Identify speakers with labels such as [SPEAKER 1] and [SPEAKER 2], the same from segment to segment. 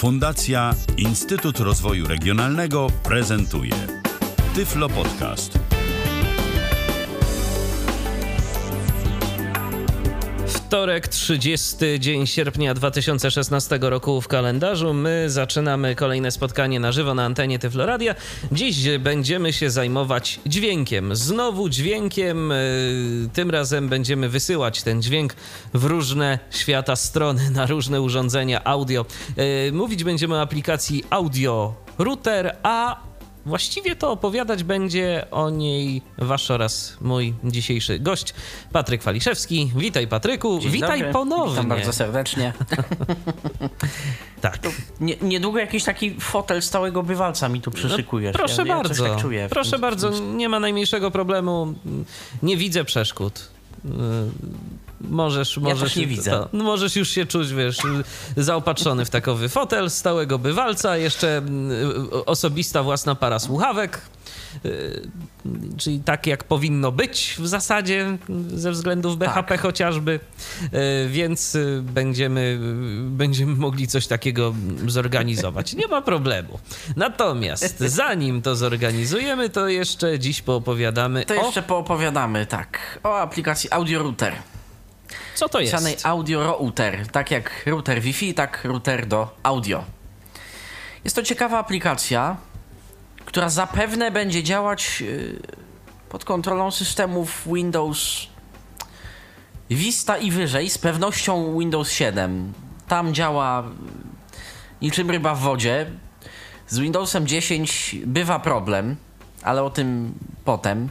[SPEAKER 1] Fundacja Instytut Rozwoju Regionalnego prezentuje Tyflo Podcast.
[SPEAKER 2] Wtorek, 30 dzień sierpnia 2016 roku w kalendarzu. My zaczynamy kolejne spotkanie na żywo na antenie Tyflo Radia. Dziś będziemy się zajmować dźwiękiem. Znowu dźwiękiem. Tym razem będziemy wysyłać ten dźwięk w różne świata strony, na różne urządzenia audio. Mówić będziemy o aplikacji Audio Router, a właściwie to opowiadać będzie o niej wasz oraz mój dzisiejszy gość, Patryk Waliszewski. Witaj, Patryku.
[SPEAKER 3] Dzień
[SPEAKER 2] Witaj
[SPEAKER 3] dobry.
[SPEAKER 2] ponownie.
[SPEAKER 3] Witam bardzo serdecznie.
[SPEAKER 2] Tak.
[SPEAKER 3] Niedługo jakiś taki fotel stałego bywalca mi tu przyszykujesz.
[SPEAKER 2] Proszę
[SPEAKER 3] ja
[SPEAKER 2] bardzo.
[SPEAKER 3] Coś tak czuję
[SPEAKER 2] Proszę bardzo, nie ma najmniejszego problemu. Nie widzę przeszkód. Możesz,
[SPEAKER 3] też nie widzę.
[SPEAKER 2] Możesz już się czuć, wiesz, zaopatrzony w takowy fotel stałego bywalca, jeszcze osobista własna para słuchawek, czyli tak jak powinno być w zasadzie ze względów BHP tak. Chociażby, więc będziemy mogli coś takiego zorganizować. Nie ma problemu. Natomiast zanim to zorganizujemy, to jeszcze dziś poopowiadamy
[SPEAKER 3] tak, o aplikacji Audio Router.
[SPEAKER 2] Co to jest?
[SPEAKER 3] Pisanej Audio Router, tak jak router Wi-Fi, tak router do audio. Jest to ciekawa aplikacja, która zapewne będzie działać pod kontrolą systemów Windows Vista i wyżej, z pewnością Windows 7. Tam działa niczym ryba w wodzie. Z Windowsem 10 bywa problem, ale o tym potem.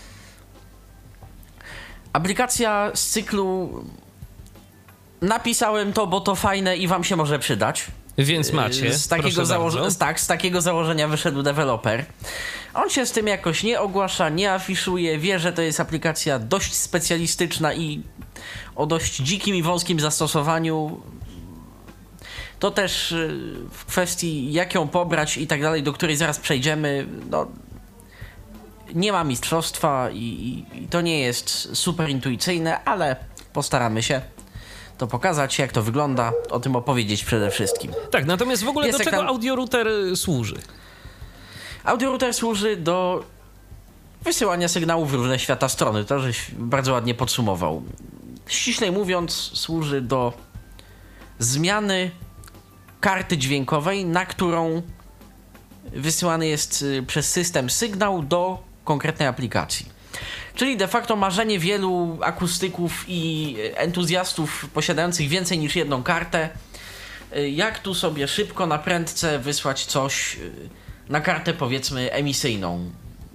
[SPEAKER 3] Aplikacja z cyklu napisałem to, bo to fajne i wam się może przydać.
[SPEAKER 2] Więc macie.
[SPEAKER 3] Z takiego założenia wyszedł deweloper. On się z tym jakoś nie ogłasza, nie afiszuje, wie, że to jest aplikacja dość specjalistyczna i o dość dzikim i wąskim zastosowaniu. To też w kwestii jak ją pobrać i tak dalej, do której zaraz przejdziemy, no nie ma mistrzostwa i to nie jest super intuicyjne, ale postaramy się to pokazać, jak to wygląda, o tym opowiedzieć przede wszystkim.
[SPEAKER 2] Tak, natomiast w ogóle do czego Audio Router służy?
[SPEAKER 3] Audio Router służy do wysyłania sygnałów w różne świata strony. To żeś bardzo ładnie podsumował. Ściślej mówiąc, służy do zmiany karty dźwiękowej, na którą wysyłany jest przez system sygnał do konkretnej aplikacji. Czyli de facto marzenie wielu akustyków i entuzjastów posiadających więcej niż jedną kartę, jak tu sobie szybko, na prędce wysłać coś na kartę, powiedzmy, emisyjną,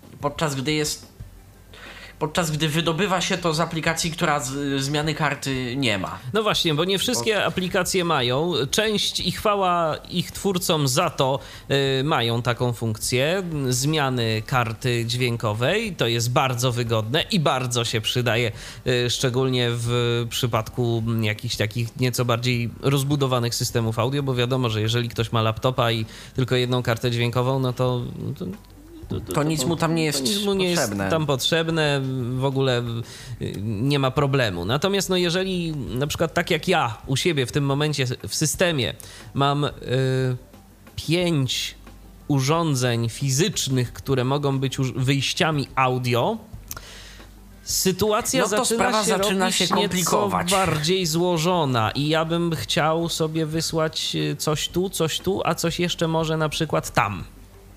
[SPEAKER 3] podczas gdy wydobywa się to z aplikacji, która zmiany karty nie ma.
[SPEAKER 2] No właśnie, bo nie wszystkie aplikacje mają. Część i chwała ich twórcom za to mają taką funkcję zmiany karty dźwiękowej. To jest bardzo wygodne i bardzo się przydaje, szczególnie w przypadku jakichś takich nieco bardziej rozbudowanych systemów audio, bo wiadomo, że jeżeli ktoś ma laptopa i tylko jedną kartę dźwiękową, no to
[SPEAKER 3] nic mu tam nie jest potrzebne.
[SPEAKER 2] Tam potrzebne, w ogóle nie ma problemu. Natomiast no jeżeli na przykład tak jak ja u siebie w tym momencie w systemie mam 5 urządzeń fizycznych, które mogą być wyjściami audio, sytuacja zaczyna się komplikować, nieco bardziej złożona i ja bym chciał sobie wysłać coś tu, a coś jeszcze może na przykład tam.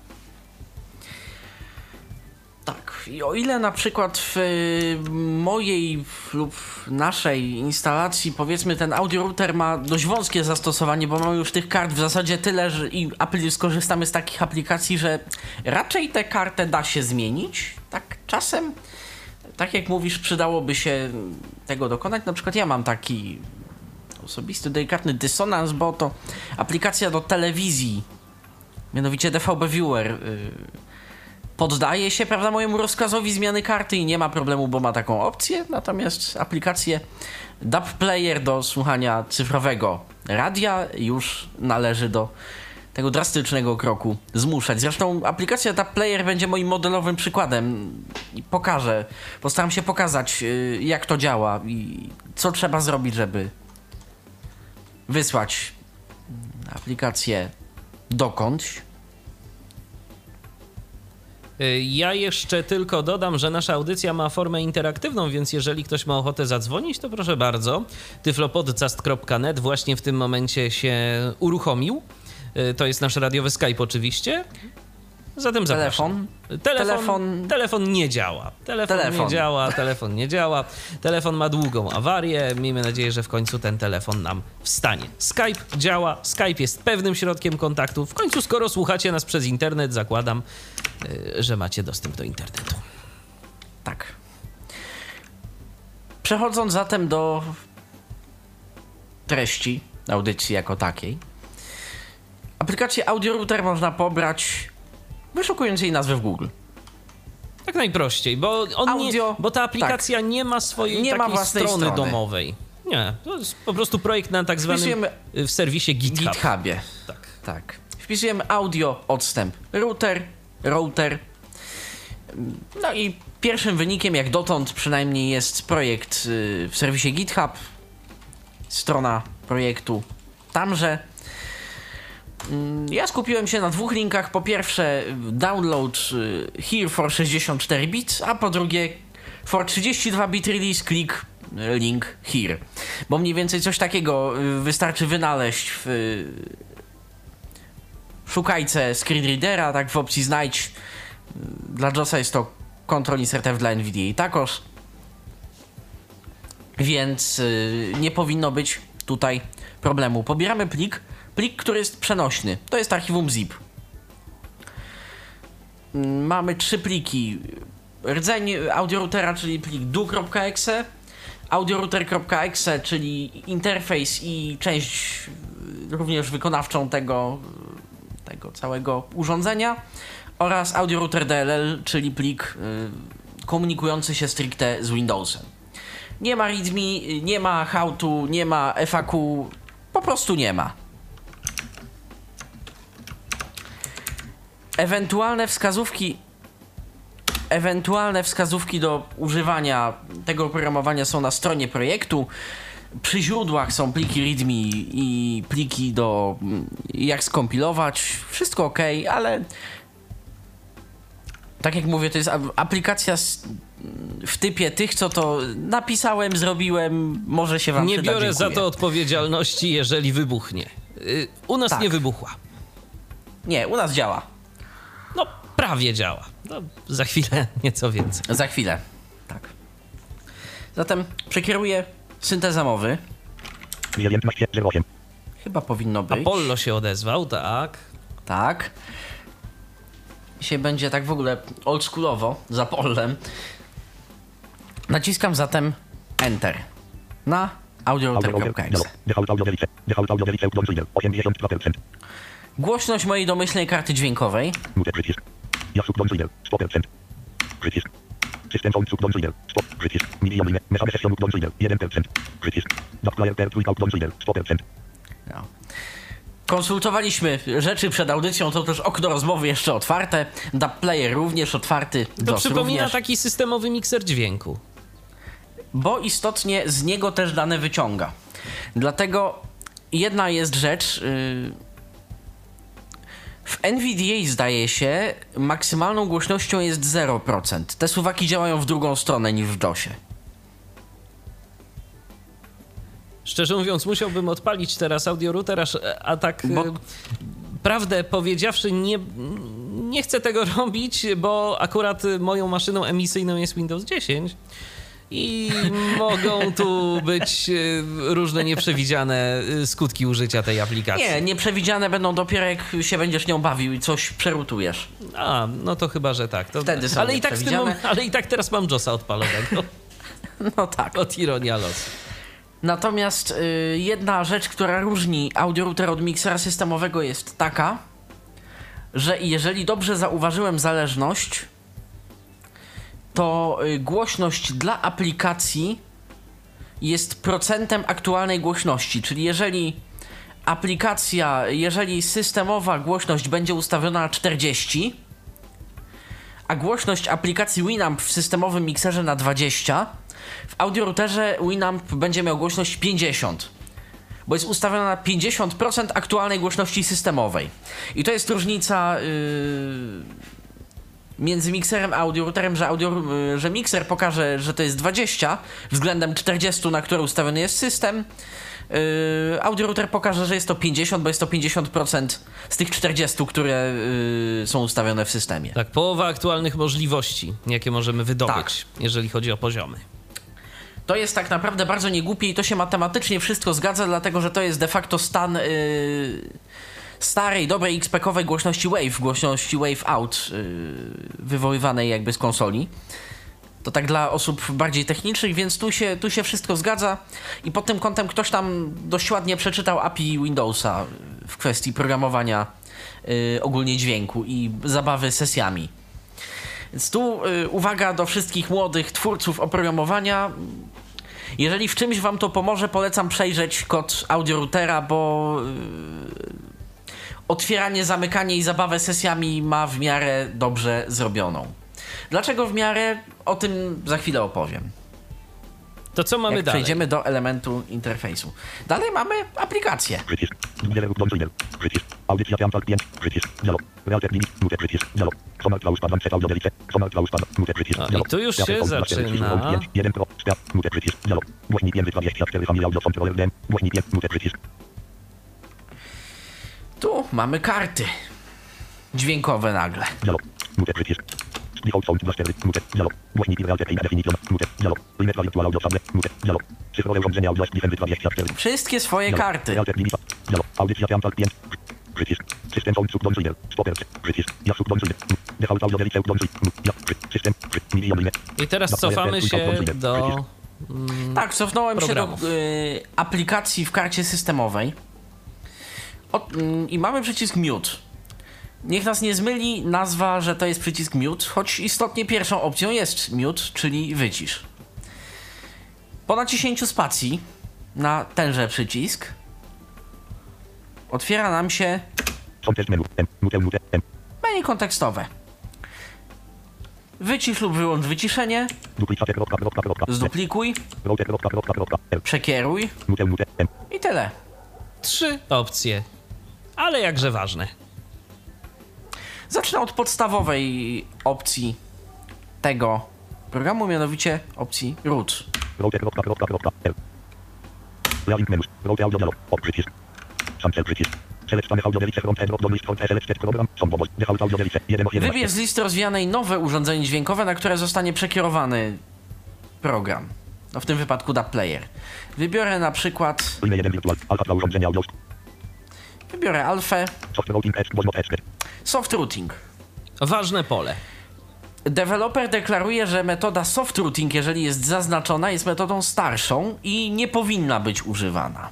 [SPEAKER 3] Tak, i o ile na przykład w mojej lub naszej instalacji, powiedzmy, ten audio router ma dość wąskie zastosowanie, bo mamy już tych kart w zasadzie tyle, że i skorzystamy z takich aplikacji, że raczej tę kartę da się zmienić. Tak czasem, tak jak mówisz, przydałoby się tego dokonać. Na przykład ja mam taki osobisty, delikatny dysonans, bo to aplikacja do telewizji, mianowicie DVB Viewer, poddaje się, prawda, mojemu rozkazowi zmiany karty i nie ma problemu, bo ma taką opcję. Natomiast aplikację DAB Player do słuchania cyfrowego radia już należy do tego drastycznego kroku zmuszać. Zresztą aplikacja DAB Player będzie moim modelowym przykładem i postaram się pokazać, jak to działa i co trzeba zrobić, żeby wysłać aplikację dokądś.
[SPEAKER 2] Ja jeszcze tylko dodam, że nasza audycja ma formę interaktywną, więc jeżeli ktoś ma ochotę zadzwonić, to proszę bardzo. tyflopodcast.net właśnie w tym momencie się uruchomił. To jest nasz radiowy Skype oczywiście. Zatem zapraszam. Telefon nie działa. Telefon nie działa. Telefon ma długą awarię. Miejmy nadzieję, że w końcu ten telefon nam wstanie. Skype działa. Skype jest pewnym środkiem kontaktu. W końcu, skoro słuchacie nas przez internet, zakładam, że macie dostęp do internetu.
[SPEAKER 3] Tak. Przechodząc zatem do treści audycji jako takiej. Aplikację AudioRouter można pobrać wyszukując jej nazwę w Google.
[SPEAKER 2] Tak najprościej, bo ta aplikacja nie ma swojej takiej strony domowej. Nie, to jest po prostu projekt na tak zwanym w serwisie GitHubie.
[SPEAKER 3] Tak. Wpisujemy audio, odstęp, router. No i pierwszym wynikiem, jak dotąd przynajmniej, jest projekt w serwisie GitHub. Strona projektu tamże. Ja skupiłem się na 2 linkach. Po pierwsze download here for 64 bit, a po drugie for 32 bit release click link here. Bo mniej więcej coś takiego wystarczy wynaleźć w szukajce screenreadera, tak w opcji znajdź. Dla JOSa jest to Ctrl Insert F, dla NVIDIA takoż. Więc nie powinno być tutaj problemu. Pobieramy plik, który jest przenośny. To jest archiwum zip. Mamy 3 pliki. Rdzeń audioroutera, czyli plik do.exe, audiorouter.exe, czyli interfejs i część również wykonawczą tego całego urządzenia, oraz audiorouter.dll, czyli plik komunikujący się stricte z Windowsem. Nie ma readme, nie ma how to, nie ma FAQ, po prostu nie ma. Ewentualne wskazówki do używania tego oprogramowania są na stronie projektu. Przy źródłach są pliki readme i pliki do jak skompilować. Wszystko ok, ale tak jak mówię, to jest aplikacja w typie tych, co to napisałem, zrobiłem, może się wam
[SPEAKER 2] nie
[SPEAKER 3] przyda,
[SPEAKER 2] biorę
[SPEAKER 3] dziękuję.
[SPEAKER 2] za to odpowiedzialności, jeżeli wybuchnie. U nas nie wybuchła.
[SPEAKER 3] Nie, u nas działa.
[SPEAKER 2] No, prawie działa. No, za chwilę nieco więcej.
[SPEAKER 3] Za chwilę, tak. Zatem przekieruję synteza mowy. Chyba powinno być.
[SPEAKER 2] Apollo się odezwał, tak.
[SPEAKER 3] Tak. Dzisiaj będzie tak w ogóle oldschoolowo, za Apollem. Naciskam zatem Enter na audiorouter.exe. Głośność mojej domyślnej karty dźwiękowej. No. Konsultowaliśmy rzeczy przed audycją, to też okno rozmowy jeszcze otwarte, DAB player również otwarty,
[SPEAKER 2] To
[SPEAKER 3] DOS
[SPEAKER 2] przypomina
[SPEAKER 3] również.
[SPEAKER 2] taki systemowy mikser dźwięku.
[SPEAKER 3] Bo istotnie z niego też dane wyciąga. Dlatego jedna jest rzecz. W NVDA zdaje się maksymalną głośnością jest 0%. Te suwaki działają w drugą stronę niż w JOSie.
[SPEAKER 2] Szczerze mówiąc, musiałbym odpalić teraz audiorouter, a tak prawdę powiedziawszy nie chcę tego robić, bo akurat moją maszyną emisyjną jest Windows 10 i mogą tu być różne nieprzewidziane skutki użycia tej aplikacji.
[SPEAKER 3] Nie, nieprzewidziane będą dopiero jak się będziesz nią bawił i coś przerutujesz.
[SPEAKER 2] A, no to chyba, że tak.
[SPEAKER 3] Wtedy są
[SPEAKER 2] ale i tak teraz mam JOSa odpalonego.
[SPEAKER 3] No tak.
[SPEAKER 2] Od ironia losu.
[SPEAKER 3] Natomiast jedna rzecz, która różni audiorouter od miksera systemowego, jest taka, że jeżeli dobrze zauważyłem zależność, to głośność dla aplikacji jest procentem aktualnej głośności, czyli jeżeli systemowa głośność będzie ustawiona na 40, a głośność aplikacji Winamp w systemowym mikserze na 20, w audiorouterze Winamp będzie miał głośność 50. bo jest ustawiona na 50% aktualnej głośności systemowej. I to jest różnica między mikserem a audiorouterem, że mikser pokaże, że to jest 20 względem 40, na które ustawiony jest system. Audiorouter pokaże, że jest to 50, bo jest to 50% z tych 40, które są ustawione w systemie.
[SPEAKER 2] Tak, połowa aktualnych możliwości, jakie możemy wydobyć, jeżeli chodzi o poziomy.
[SPEAKER 3] To jest tak naprawdę bardzo niegłupie i to się matematycznie wszystko zgadza, dlatego że to jest de facto stan starej, dobrej XP-kowej głośności wave out, wywoływanej jakby z konsoli. To tak dla osób bardziej technicznych, więc tu się wszystko zgadza i pod tym kątem ktoś tam dość ładnie przeczytał API Windowsa w kwestii programowania ogólnie dźwięku i zabawy sesjami. Więc tu uwaga do wszystkich młodych twórców oprogramowania. Jeżeli w czymś wam to pomoże, polecam przejrzeć kod audioroutera, bo otwieranie, zamykanie i zabawę sesjami ma w miarę dobrze zrobioną. Dlaczego w miarę? O tym za chwilę opowiem.
[SPEAKER 2] To co mamy dalej?
[SPEAKER 3] Przejdziemy do elementu interfejsu. Dalej mamy aplikację.
[SPEAKER 2] No i tu już się zaczyna.
[SPEAKER 3] Tu mamy karty dźwiękowe nagle. Wszystkie swoje karty.
[SPEAKER 2] I teraz cofamy się do...
[SPEAKER 3] Tak, cofnąłem
[SPEAKER 2] programów.
[SPEAKER 3] się do aplikacji w karcie systemowej. I mamy przycisk mute. Niech nas nie zmyli nazwa, że to jest przycisk mute, choć istotnie pierwszą opcją jest mute, czyli wycisz. Po naciśnięciu spacji na tenże przycisk otwiera nam się menu kontekstowe. Wycisz lub wyłącz wyciszenie, zduplikuj, przekieruj i tyle.
[SPEAKER 2] 3 opcje, ale jakże ważne.
[SPEAKER 3] Zacznę od podstawowej opcji tego programu, mianowicie opcji root. Wybierz z listy rozwijanej nowe urządzenie dźwiękowe, na które zostanie przekierowany program. No w tym wypadku DAB player. Wybiorę na przykład... Wybiorę alfę. Soft routing.
[SPEAKER 2] Ważne pole.
[SPEAKER 3] Deweloper deklaruje, że metoda soft routing, jeżeli jest zaznaczona, jest metodą starszą i nie powinna być używana.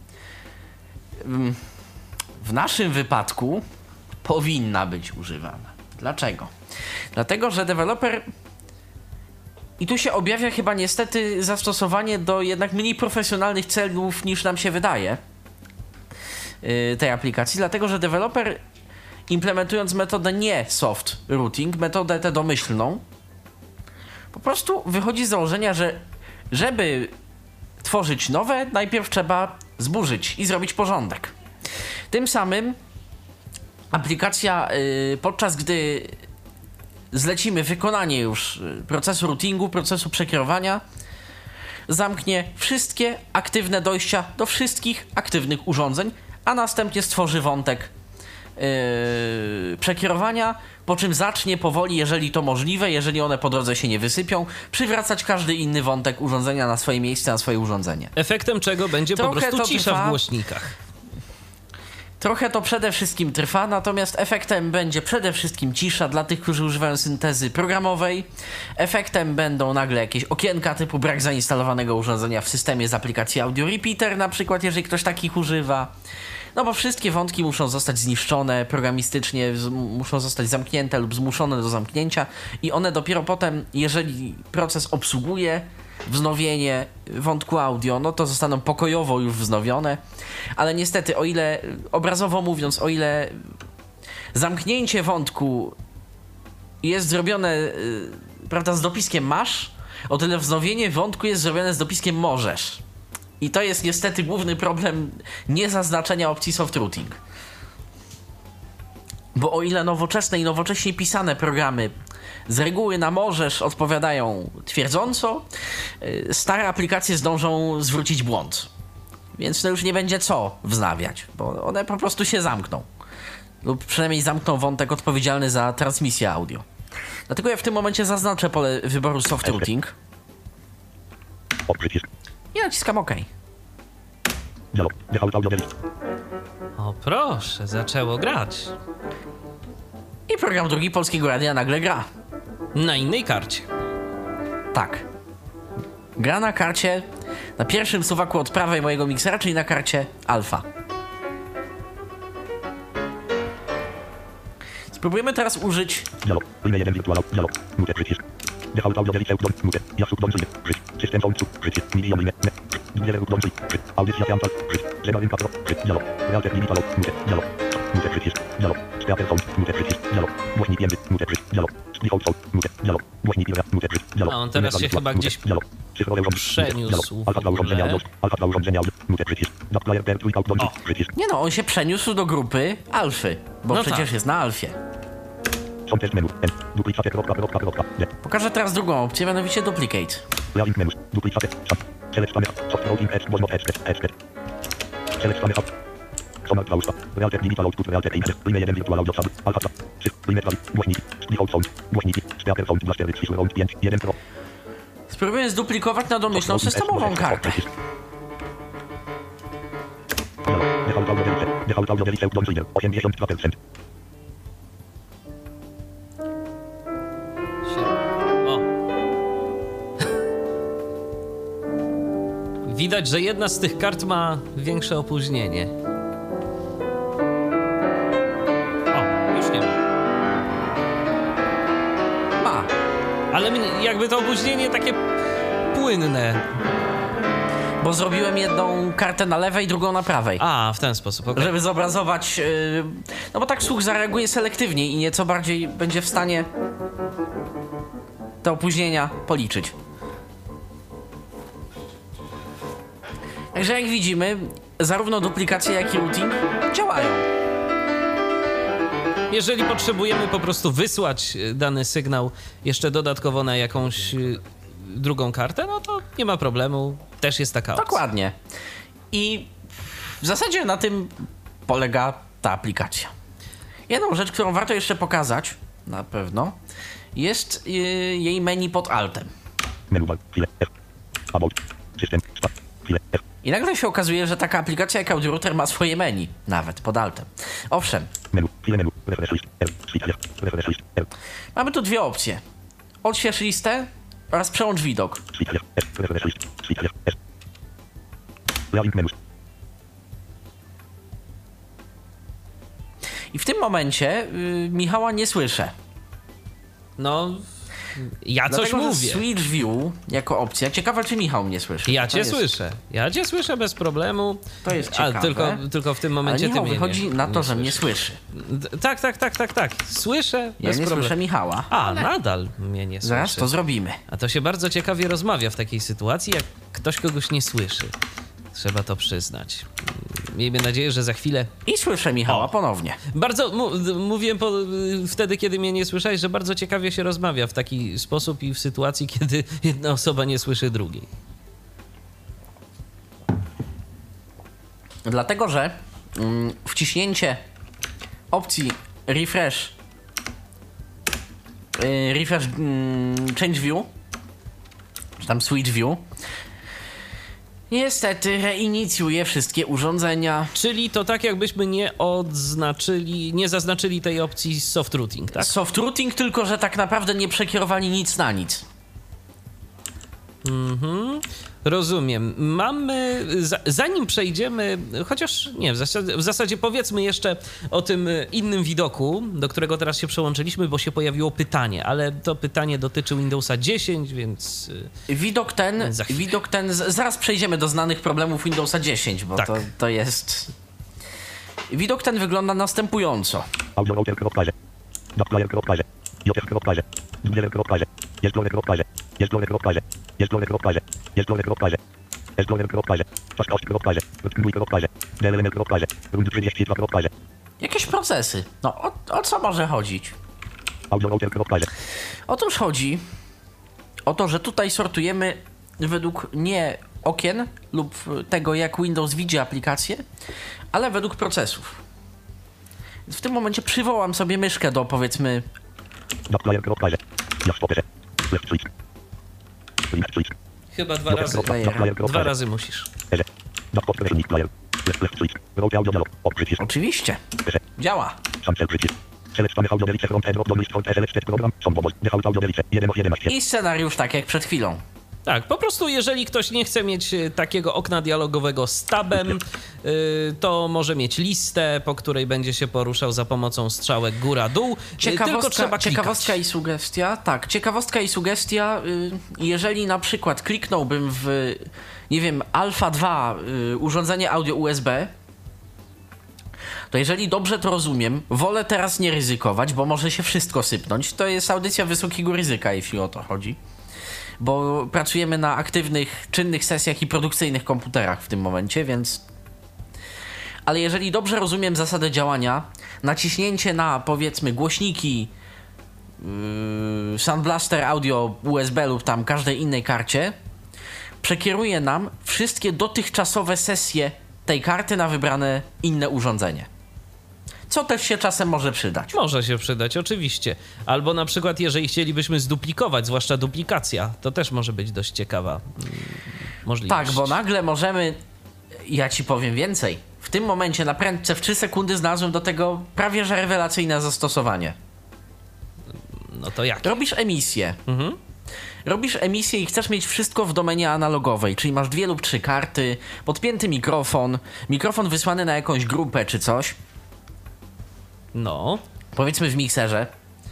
[SPEAKER 3] W naszym wypadku powinna być używana. Dlaczego? Dlatego, że deweloper... I tu się objawia chyba niestety zastosowanie do jednak mniej profesjonalnych celów niż nam się wydaje tej aplikacji, dlatego, że deweloper implementując metodę nie soft routing, metodę tę domyślną, po prostu wychodzi z założenia, że żeby tworzyć nowe, najpierw trzeba zburzyć i zrobić porządek. Tym samym aplikacja, podczas gdy zlecimy wykonanie już procesu routingu, procesu przekierowania, zamknie wszystkie aktywne dojścia do wszystkich aktywnych urządzeń, a następnie stworzy wątek przekierowania, po czym zacznie powoli, jeżeli to możliwe, jeżeli one po drodze się nie wysypią, przywracać każdy inny wątek urządzenia na swoje miejsce, na swoje urządzenie.
[SPEAKER 2] Efektem czego będzie po prostu cisza w głośnikach.
[SPEAKER 3] Trochę to przede wszystkim trwa, natomiast efektem będzie przede wszystkim cisza dla tych, którzy używają syntezy programowej. Efektem będą nagle jakieś okienka typu brak zainstalowanego urządzenia w systemie z aplikacji Audio Repeater, na przykład, jeżeli ktoś takich używa. No bo wszystkie wątki muszą zostać zniszczone programistycznie, muszą zostać zamknięte lub zmuszone do zamknięcia i one dopiero potem, jeżeli proces obsługuje wznowienie wątku audio, no to zostaną pokojowo już wznowione, ale niestety, o ile, obrazowo mówiąc, o ile zamknięcie wątku jest zrobione, prawda, z dopiskiem masz, o tyle wznowienie wątku jest zrobione z dopiskiem możesz. I to jest niestety główny problem niezaznaczenia opcji soft routing. Bo o ile nowoczesne i nowocześnie pisane programy z reguły na możesz odpowiadają twierdząco, stare aplikacje zdążą zwrócić błąd. Więc to już nie będzie co wznawiać, bo one po prostu się zamkną. Lub przynajmniej zamkną wątek odpowiedzialny za transmisję audio. Dlatego ja w tym momencie zaznaczę pole wyboru soft routing. I naciskam OK.
[SPEAKER 2] O proszę, zaczęło grać.
[SPEAKER 3] I program drugi Polskiego Radia nagle gra.
[SPEAKER 2] Na innej karcie.
[SPEAKER 3] Tak. Gra na karcie, na pierwszym suwaku od prawej mojego miksera, czyli na karcie alfa. Spróbujemy teraz użyć...
[SPEAKER 2] A on teraz się chyba gdzieś przeniósł.
[SPEAKER 3] Nie no, on się przeniósł do grupy alfy, bo
[SPEAKER 2] No
[SPEAKER 3] przecież
[SPEAKER 2] tak.
[SPEAKER 3] jest na alfie. Pokażę teraz drugą opcję, mianowicie duplicate. Spróbuję zduplikować na domyślną systemową kartę.
[SPEAKER 2] O. Widać, że jedna z tych kart ma większe opóźnienie. O, już nie ma.
[SPEAKER 3] Ma.
[SPEAKER 2] Ale jakby to opóźnienie takie płynne.
[SPEAKER 3] Bo zrobiłem jedną kartę na lewej, drugą na prawej.
[SPEAKER 2] A, w ten sposób, okej.
[SPEAKER 3] Żeby zobrazować... no bo tak słuch zareaguje selektywnie i nieco bardziej będzie w stanie te opóźnienia policzyć. Także jak widzimy, zarówno duplikacja, jak i routing działają.
[SPEAKER 2] Jeżeli potrzebujemy po prostu wysłać dany sygnał jeszcze dodatkowo na jakąś drugą kartę, no to nie ma problemu, też jest taka opcja.
[SPEAKER 3] Dokładnie. I w zasadzie na tym polega ta aplikacja. Jedną rzecz, którą warto jeszcze pokazać, na pewno, jest jej menu pod altem. I nagle się okazuje, że taka aplikacja jak AudioRouter ma swoje menu, nawet pod altem. Owszem, mamy tu dwie opcje. Odśwież listę oraz przełącz widok. I w tym momencie Michała nie słyszę.
[SPEAKER 2] No, ja coś
[SPEAKER 3] Dlatego, że
[SPEAKER 2] mówię.
[SPEAKER 3] Switch View jako opcja. Ciekawe, czy Michał mnie słyszy.
[SPEAKER 2] Ja
[SPEAKER 3] To
[SPEAKER 2] cię
[SPEAKER 3] jest-
[SPEAKER 2] słyszę. Ja cię słyszę bez problemu.
[SPEAKER 3] To jest ciekawe.
[SPEAKER 2] Tylko w tym
[SPEAKER 3] Ale
[SPEAKER 2] momencie
[SPEAKER 3] Michał
[SPEAKER 2] ty mnie
[SPEAKER 3] wychodzi
[SPEAKER 2] nie,
[SPEAKER 3] na to,
[SPEAKER 2] nie
[SPEAKER 3] że mnie
[SPEAKER 2] słyszysz.
[SPEAKER 3] słyszy.
[SPEAKER 2] Tak. Słyszę
[SPEAKER 3] Ja
[SPEAKER 2] bez
[SPEAKER 3] nie
[SPEAKER 2] problemu.
[SPEAKER 3] słyszę Michała.
[SPEAKER 2] A, nadal mnie nie słyszy.
[SPEAKER 3] Zaraz to zrobimy.
[SPEAKER 2] A to się bardzo ciekawie rozmawia w takiej sytuacji, jak ktoś kogoś nie słyszy. Trzeba to przyznać. Miejmy nadzieję, że za chwilę...
[SPEAKER 3] I słyszę Michała ponownie.
[SPEAKER 2] Bardzo, mówiłem wtedy, kiedy mnie nie słyszałeś, że bardzo ciekawie się rozmawia w taki sposób i w sytuacji, kiedy jedna osoba nie słyszy drugiej.
[SPEAKER 3] Dlatego, że wciśnięcie opcji refresh change view, czy tam switch view, niestety reinicjuje wszystkie urządzenia.
[SPEAKER 2] Czyli to tak, jakbyśmy nie zaznaczyli tej opcji soft routing, tak?
[SPEAKER 3] Soft routing, tylko że tak naprawdę nie przekierowali nic na nic.
[SPEAKER 2] Rozumiem. Mamy, zanim przejdziemy, chociaż nie, w zasadzie powiedzmy jeszcze o tym innym widoku, do którego teraz się przełączyliśmy, bo się pojawiło pytanie, ale to pytanie dotyczy Windowsa 10, więc...
[SPEAKER 3] Widok ten, zaraz przejdziemy do znanych problemów Windowsa 10, bo
[SPEAKER 2] Tak.
[SPEAKER 3] to jest... Widok ten wygląda następująco. Jakieś procesy. No, o co może chodzić? Otóż chodzi o to, że tutaj sortujemy według nie okien lub tego, jak Windows widzi aplikację, ale według procesów. W tym momencie przywołam sobie myszkę do, powiedzmy...
[SPEAKER 2] Chyba 2 razy. 2 razy musisz.
[SPEAKER 3] Oczywiście. Działa. I scenariusz tak jak przed chwilą.
[SPEAKER 2] Tak, po prostu jeżeli ktoś nie chce mieć takiego okna dialogowego z tabem, to może mieć listę, po której będzie się poruszał za pomocą strzałek góra-dół. Tylko trzeba klikać.
[SPEAKER 3] Ciekawostka i sugestia. Tak, ciekawostka i sugestia. Jeżeli na przykład kliknąłbym w, nie wiem, Alpha 2 urządzenie audio USB, to jeżeli dobrze to rozumiem, wolę teraz nie ryzykować, bo może się wszystko sypnąć. To jest audycja wysokiego ryzyka, jeśli o to chodzi. Bo pracujemy na aktywnych, czynnych sesjach i produkcyjnych komputerach w tym momencie, więc... Ale jeżeli dobrze rozumiem zasadę działania, naciśnięcie na, powiedzmy, głośniki Sound Blaster Audio USB lub tam każdej innej karcie przekieruje nam wszystkie dotychczasowe sesje tej karty na wybrane inne urządzenie. Co też się czasem może przydać.
[SPEAKER 2] Może się przydać, oczywiście. Albo na przykład, jeżeli chcielibyśmy zduplikować, zwłaszcza duplikacja, to też może być dość ciekawa możliwość.
[SPEAKER 3] Tak, bo nagle możemy, ja ci powiem więcej, w tym momencie na prędce w 3 sekundy znalazłem do tego prawie że rewelacyjne zastosowanie.
[SPEAKER 2] No to jak?
[SPEAKER 3] Robisz emisję. Robisz emisję i chcesz mieć wszystko w domenie analogowej, czyli masz 2 lub 3 karty, podpięty mikrofon wysłany na jakąś grupę czy coś.
[SPEAKER 2] No.
[SPEAKER 3] Powiedzmy w mikserze.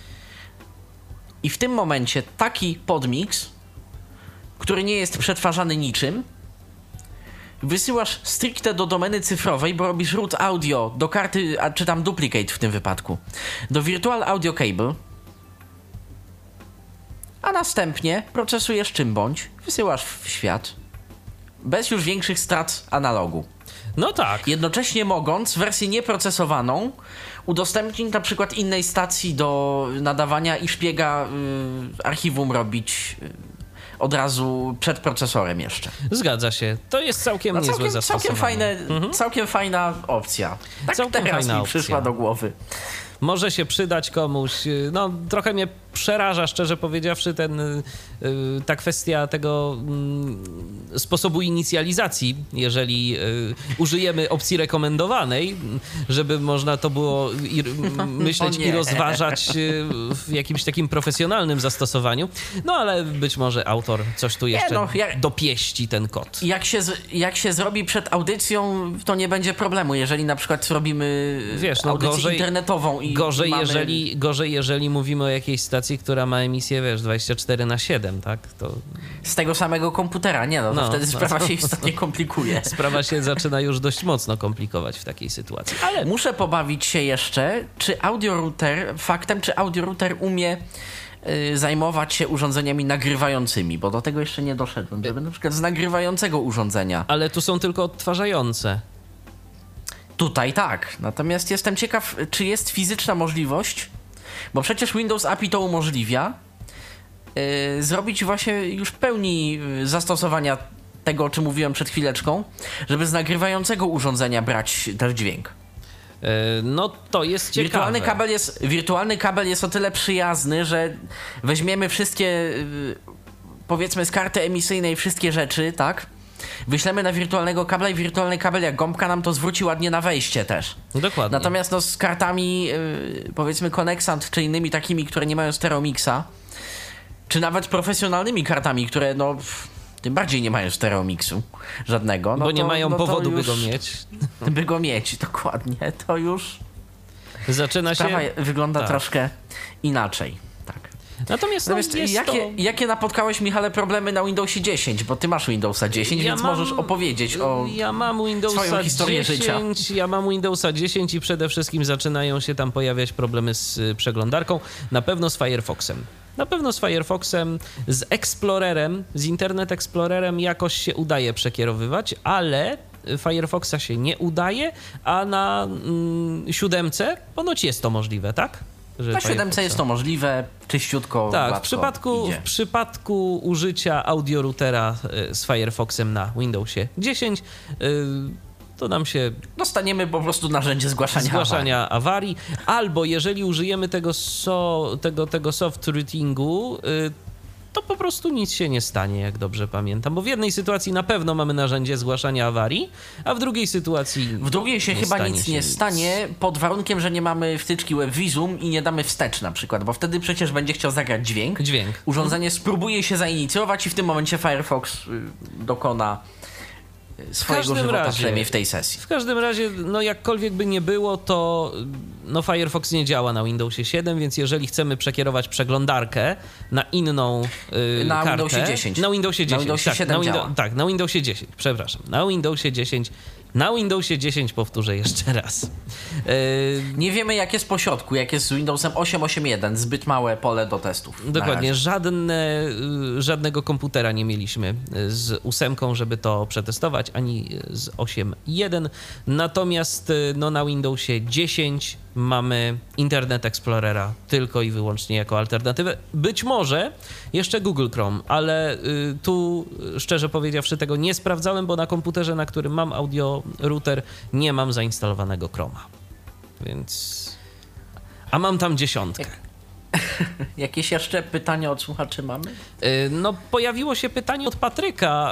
[SPEAKER 3] I w tym momencie taki podmix, który nie jest przetwarzany niczym, wysyłasz stricte do domeny cyfrowej, bo robisz root audio do karty, czy tam duplicate w tym wypadku, do Virtual Audio Cable, a następnie procesujesz czym bądź, wysyłasz w świat, bez już większych strat analogu.
[SPEAKER 2] No tak.
[SPEAKER 3] Jednocześnie mogąc wersję nieprocesowaną udostępnić na przykład innej stacji do nadawania i szpiega archiwum robić od razu przed procesorem jeszcze.
[SPEAKER 2] Zgadza się. To jest całkiem niezłe zastosowanie.
[SPEAKER 3] Całkiem fajna opcja. Tak
[SPEAKER 2] całkiem
[SPEAKER 3] teraz
[SPEAKER 2] fajna
[SPEAKER 3] mi
[SPEAKER 2] opcja.
[SPEAKER 3] przyszła do głowy.
[SPEAKER 2] Może się przydać komuś. No, trochę mnie przeraża, szczerze powiedziawszy, ta kwestia tego sposobu inicjalizacji, jeżeli użyjemy opcji rekomendowanej, żeby można to było myśleć i rozważać w jakimś takim profesjonalnym zastosowaniu. No, ale być może autor coś tu jeszcze dopieści ten kod.
[SPEAKER 3] Jak się zrobi przed audycją, to nie będzie problemu. Jeżeli na przykład zrobimy audycję internetową i Gorzej,
[SPEAKER 2] jeżeli mówimy o jakiejś stacji, która ma emisję, 24/7, tak? To...
[SPEAKER 3] Z tego samego komputera, to wtedy sprawa się istotnie komplikuje.
[SPEAKER 2] Sprawa się zaczyna już dość mocno komplikować w takiej sytuacji. Ale
[SPEAKER 3] muszę pobawić się jeszcze, czy audiorouter umie zajmować się urządzeniami nagrywającymi, bo do tego jeszcze nie doszedłem, żeby na przykład z nagrywającego urządzenia.
[SPEAKER 2] Ale tu są tylko odtwarzające.
[SPEAKER 3] Tutaj tak, natomiast jestem ciekaw, czy jest fizyczna możliwość, bo przecież Windows API to umożliwia, zrobić właśnie już w pełni zastosowania tego, o czym mówiłem przed chwileczką, żeby z nagrywającego urządzenia brać też dźwięk.
[SPEAKER 2] No to jest ciekawe.
[SPEAKER 3] Wirtualny kabel jest o tyle przyjazny, że weźmiemy wszystkie, powiedzmy z karty emisyjnej wszystkie rzeczy, tak? Wyślemy na wirtualnego kabla i wirtualny kabel jak gąbka nam to zwróci ładnie na wejście też.
[SPEAKER 2] Dokładnie.
[SPEAKER 3] Natomiast z kartami powiedzmy Connexant czy innymi takimi, które nie mają stereomixa, czy nawet profesjonalnymi kartami, które tym bardziej nie mają stereomixu żadnego.
[SPEAKER 2] Bo nie mają powodu, by go mieć.
[SPEAKER 3] By go mieć, dokładnie. To już
[SPEAKER 2] zaczyna
[SPEAKER 3] sprawa wygląda troszkę inaczej. Tak.
[SPEAKER 2] Natomiast
[SPEAKER 3] jakie napotkałeś, Michale, problemy na Windowsie 10? Bo ty masz Windowsa 10, więc możesz opowiedzieć o swoją historię życia.
[SPEAKER 2] Ja mam Windowsa 10 i przede wszystkim zaczynają się tam pojawiać problemy z przeglądarką. Na pewno z Firefoxem. Na pewno z Firefoxem, z Explorerem, z Internet Explorerem jakoś się udaje przekierowywać, ale Firefoxa się nie udaje, a na 7 ponoć jest to możliwe, tak? Że
[SPEAKER 3] na 7 jest to możliwe, czyściutko,
[SPEAKER 2] tak, w przypadku użycia audioroutera z Firefoxem na Windowsie 10 to nam się...
[SPEAKER 3] dostaniemy po prostu narzędzie zgłaszania
[SPEAKER 2] awarii. Albo jeżeli użyjemy tego soft routingu, to po prostu nic się nie stanie, jak dobrze pamiętam. Bo w jednej sytuacji na pewno mamy narzędzie zgłaszania awarii, a w drugiej sytuacji...
[SPEAKER 3] W drugiej się chyba nic nie stanie, pod warunkiem, że nie mamy wtyczki WebVisum i nie damy wstecz na przykład, bo wtedy przecież będzie chciał zagrać dźwięk. Urządzenie spróbuje się zainicjować i w tym momencie Firefox dokona swojego żywota, przynajmniej w tej sesji.
[SPEAKER 2] W każdym razie, no jakkolwiek by nie było, to no Firefox nie działa na Windowsie 7, więc jeżeli chcemy przekierować przeglądarkę na inną
[SPEAKER 3] na
[SPEAKER 2] kartę...
[SPEAKER 3] Windowsie 10.
[SPEAKER 2] Na Windowsie 10.
[SPEAKER 3] Na Windowsie 7 działa.
[SPEAKER 2] Tak, na Windowsie 10, przepraszam. Na Windowsie 10 powtórzę jeszcze raz.
[SPEAKER 3] Nie wiemy, jak jest po środku, jak jest z Windowsem 8.8.1, zbyt małe pole do testów.
[SPEAKER 2] Dokładnie, żadnego komputera nie mieliśmy z 8, żeby to przetestować, ani z 8.1. Natomiast no, na Windowsie 10 mamy Internet Explorera tylko i wyłącznie jako alternatywę. Być może jeszcze Google Chrome, ale tu szczerze powiedziawszy tego nie sprawdzałem, bo na komputerze, na którym mam audio router, nie mam zainstalowanego Chroma. Więc... a mam tam 10.
[SPEAKER 3] Jakieś jeszcze pytania od słuchaczy mamy?
[SPEAKER 2] No, pojawiło się pytanie od Patryka.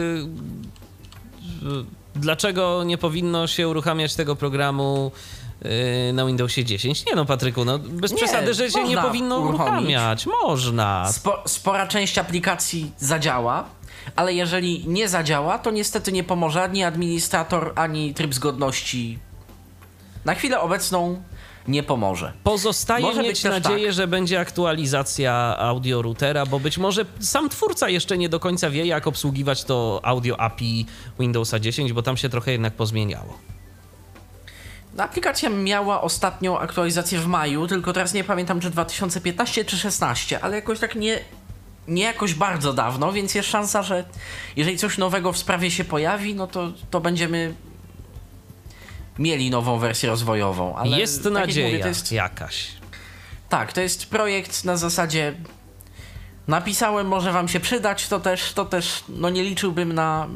[SPEAKER 2] Dlaczego nie powinno się uruchamiać tego programu na Windowsie 10? Nie no, Patryku, no bez przesady, że się nie powinno uruchamiać. Można.
[SPEAKER 3] Spora część aplikacji zadziała, ale jeżeli nie zadziała, to niestety nie pomoże ani administrator, ani tryb zgodności. Na chwilę obecną nie pomoże.
[SPEAKER 2] Pozostaje mieć nadzieję, że będzie aktualizacja audio routera, bo być może sam twórca jeszcze nie do końca wie, jak obsługiwać to audio API Windowsa 10, bo tam się trochę jednak pozmieniało.
[SPEAKER 3] Aplikacja miała ostatnią aktualizację w maju, tylko teraz nie pamiętam, czy 2015 czy 16, ale jakoś tak nie jakoś bardzo dawno, więc jest szansa, że jeżeli coś nowego w sprawie się pojawi, no to będziemy mieli nową wersję rozwojową. Ale
[SPEAKER 2] jest
[SPEAKER 3] tak
[SPEAKER 2] nadzieja
[SPEAKER 3] jak mówię,
[SPEAKER 2] jakaś.
[SPEAKER 3] Tak, to jest projekt na zasadzie napisałem, może wam się przydać, to też no nie liczyłbym na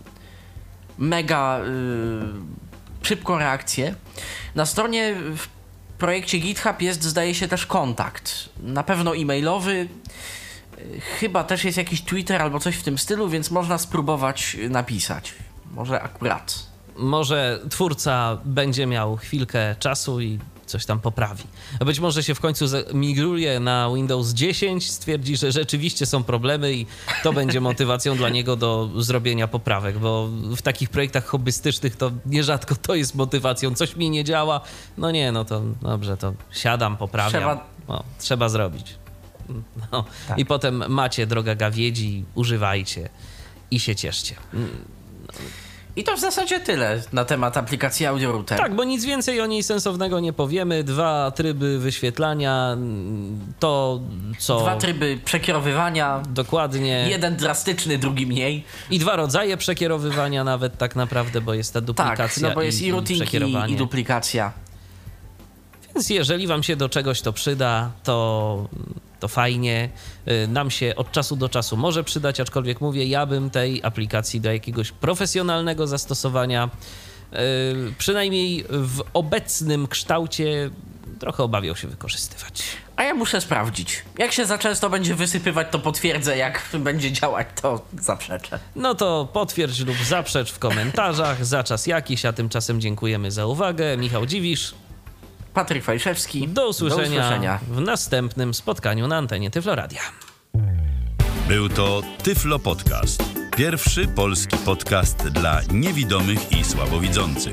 [SPEAKER 3] mega szybką reakcję. Na stronie w projekcie GitHub jest, zdaje się, też kontakt. Na pewno e-mailowy. Chyba też jest jakiś Twitter albo coś w tym stylu, więc można spróbować napisać. Może akurat.
[SPEAKER 2] Może twórca będzie miał chwilkę czasu i coś tam poprawi. Być może się w końcu migruje na Windows 10, stwierdzi, że rzeczywiście są problemy i to będzie motywacją dla niego do zrobienia poprawek, bo w takich projektach hobbystycznych to nierzadko to jest motywacją. Coś mi nie działa, no nie, no to dobrze, to siadam, poprawiam. Trzeba zrobić. No. Tak. I potem macie, droga gawiedzi, używajcie i się cieszcie.
[SPEAKER 3] I to w zasadzie tyle na temat aplikacji Audio Router.
[SPEAKER 2] Tak, bo nic więcej o niej sensownego nie powiemy. 2 tryby wyświetlania, to co...
[SPEAKER 3] 2 tryby przekierowywania.
[SPEAKER 2] Dokładnie.
[SPEAKER 3] Jeden drastyczny, drugi mniej.
[SPEAKER 2] I 2 rodzaje przekierowywania nawet tak naprawdę, bo jest ta duplikacja.
[SPEAKER 3] Tak, no bo jest i routingi, i duplikacja.
[SPEAKER 2] Więc jeżeli wam się do czegoś to przyda, to fajnie. Nam się od czasu do czasu może przydać, aczkolwiek mówię, ja bym tej aplikacji do jakiegoś profesjonalnego zastosowania, przynajmniej w obecnym kształcie, trochę obawiał się wykorzystywać.
[SPEAKER 3] A ja muszę sprawdzić. Jak się za często będzie wysypywać, to potwierdzę. Jak będzie działać, to zaprzeczę.
[SPEAKER 2] No to potwierdź lub zaprzecz w komentarzach za czas jakiś, a tymczasem dziękujemy za uwagę. Michał Dziwisz.
[SPEAKER 3] Patryk Fajszewski.
[SPEAKER 2] Do usłyszenia w następnym spotkaniu na antenie Tyflo Radia.
[SPEAKER 1] Był to Tyflo Podcast. Pierwszy polski podcast dla niewidomych i słabowidzących.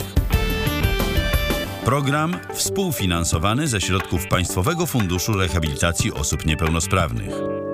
[SPEAKER 1] Program współfinansowany ze środków Państwowego Funduszu Rehabilitacji Osób Niepełnosprawnych.